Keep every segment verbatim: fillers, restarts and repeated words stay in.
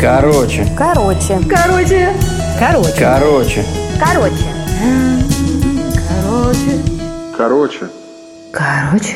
Короче. Короче. Короче. Короче. Короче. Короче. Короче. Короче. Короче.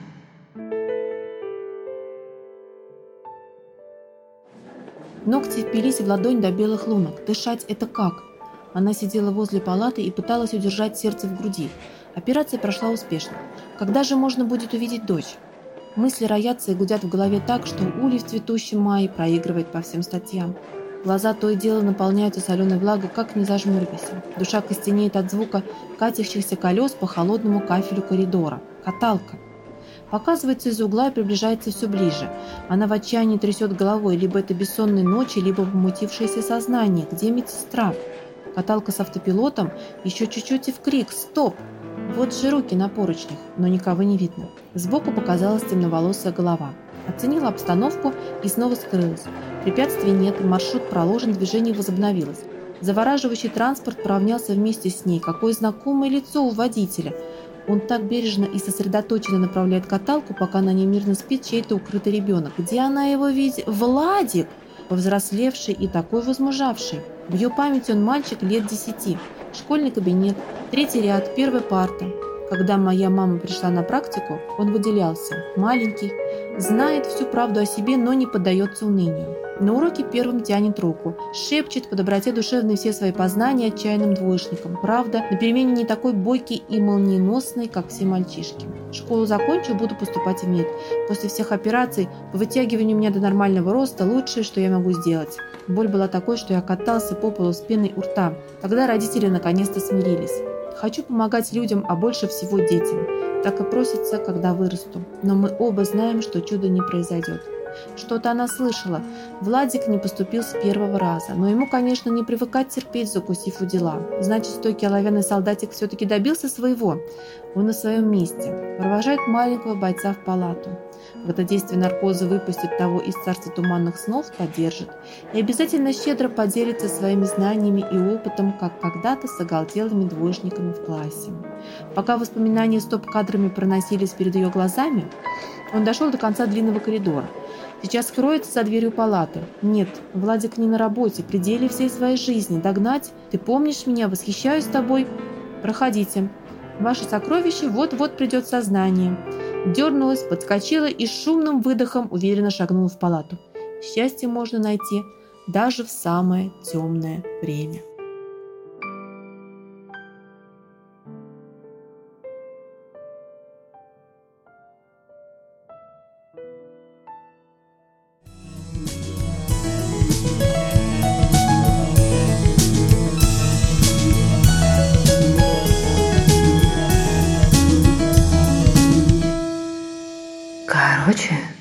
Ногти впились в ладонь до белых лунок. Дышать – это как? Она сидела возле палаты и пыталась удержать сердце в груди. Операция прошла успешно. Когда же можно будет увидеть дочь? Мысли роятся и гудят в голове так, что улей в цветущем мае проигрывает по всем статьям. Глаза то и дело наполняются соленой влагой, как не зажмуривайся. Душа костенеет от звука катящихся колес по холодному кафелю коридора. Каталка. Показывается из угла и приближается все ближе. Она в отчаянии трясет головой. Либо это бессонные ночи, либо помутившееся сознание. Где медсестра? Каталка с автопилотом. Еще чуть-чуть и в крик. Стоп! Вот же руки на поручнях, но никого не видно. Сбоку показалась темноволосая голова. Оценила обстановку и снова скрылась. Препятствий нет, маршрут проложен, движение возобновилось. Завораживающий транспорт поравнялся вместе с ней. Какое знакомое лицо у водителя. Он так бережно и сосредоточенно направляет каталку, пока на ней мирно спит чей-то укрытый ребенок. Где она его видит? Владик! Повзрослевший и такой возмужавший. В ее памяти он мальчик лет десяти. Школьный кабинет, третий ряд, первая парта. Когда моя мама пришла на практику, он выделялся. Маленький, знает всю правду о себе, но не поддается унынию. На уроке первым тянет руку, шепчет по доброте душевной все свои познания отчаянным двоечникам. Правда, на перемене не такой бойкий и молниеносный, как все мальчишки. Школу закончу, буду поступать в мед. После всех операций по вытягиванию меня до нормального роста лучшее, что я могу сделать. Боль была такой, что я катался по полу с пеной у рта. Тогда родители наконец-то смирились. Хочу помогать людям, а больше всего детям. Так и просится, когда вырасту. Но мы оба знаем, что чудо не произойдет. Что-то она слышала. Владик не поступил с первого раза. Но ему, конечно, не привыкать терпеть, закусив у дела. Значит, стойкий оловянный солдатик все-таки добился своего. Он на своем месте. Провожает маленького бойца в палату. Когда действие наркоза выпустит того из царства туманных снов, поддержит. И обязательно щедро поделится своими знаниями и опытом, как когда-то с оголтелыми двоечниками в классе. Пока воспоминания стоп-кадрами проносились перед ее глазами, он дошел до конца длинного коридора. Сейчас скроется за дверью палаты. Нет, Владик не на работе, при деле всей своей жизни. Догнать? Ты помнишь меня? Восхищаюсь тобой. Проходите. Ваше сокровище вот-вот придет в сознание. Дернулась, подскочила и с шумным выдохом уверенно шагнула в палату. Счастье можно найти даже в самое темное время. Короче.